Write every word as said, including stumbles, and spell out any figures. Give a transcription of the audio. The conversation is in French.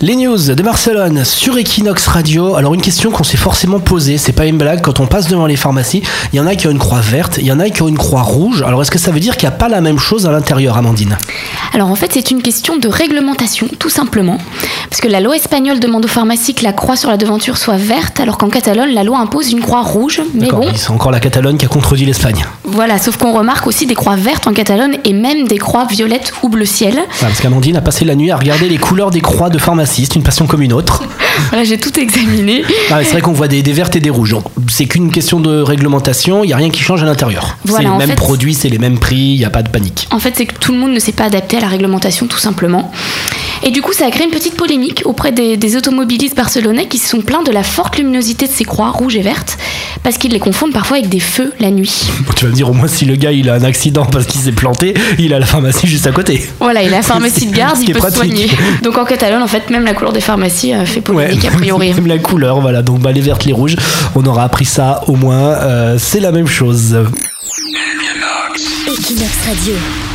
Les news de Barcelone sur Equinox Radio. Alors une question qu'on s'est forcément posée, c'est pas une blague, quand on passe devant les pharmacies, il y en a qui ont une croix verte, il y en a qui ont une croix rouge. Alors est-ce que ça veut dire qu'il n'y a pas la même chose à l'intérieur, Amandine ? Alors en fait c'est une question de réglementation tout simplement, parce que la loi espagnole demande aux pharmacies que la croix sur la devanture soit verte, alors qu'en Catalogne la loi impose une croix rouge. Mais D'accord, bon, c'est encore la Catalogne qui a contredit l'Espagne. Voilà, sauf qu'on remarque aussi des croix vertes en Catalogne et même des croix violettes ou bleu ciel. Ah, parce qu'Amandine a passé la nuit à regarder les couleurs des croix de pharmacie, c'est une passion comme une autre. Voilà, j'ai tout examiné. Ah, c'est vrai qu'on voit des, des vertes et des rouges. Donc, c'est qu'une question de réglementation, il n'y a rien qui change à l'intérieur. Voilà, c'est les mêmes fait, produits, c'est les mêmes prix, il n'y a pas de panique. En fait, c'est que tout le monde ne s'est pas adapté à la réglementation, tout simplement. Et du coup, ça a créé une petite polémique auprès des, des automobilistes barcelonais qui se sont plaints de la forte luminosité de ces croix rouges et vertes, parce qu'ils les confondent parfois avec des feux la nuit. Bon, tu vas me dire, au moins, si le gars il a un accident parce qu'il s'est planté, il a la pharmacie juste à côté. Voilà, il a la pharmacie de garde, il peut se soigner. Donc en Catalogne, en fait, même la couleur des pharmacies euh, fait polémique, ouais, a priori. Même la couleur, voilà. Donc bah, les vertes, les rouges, on aura appris ça au moins. Euh, c'est la même chose. Equinox Radio.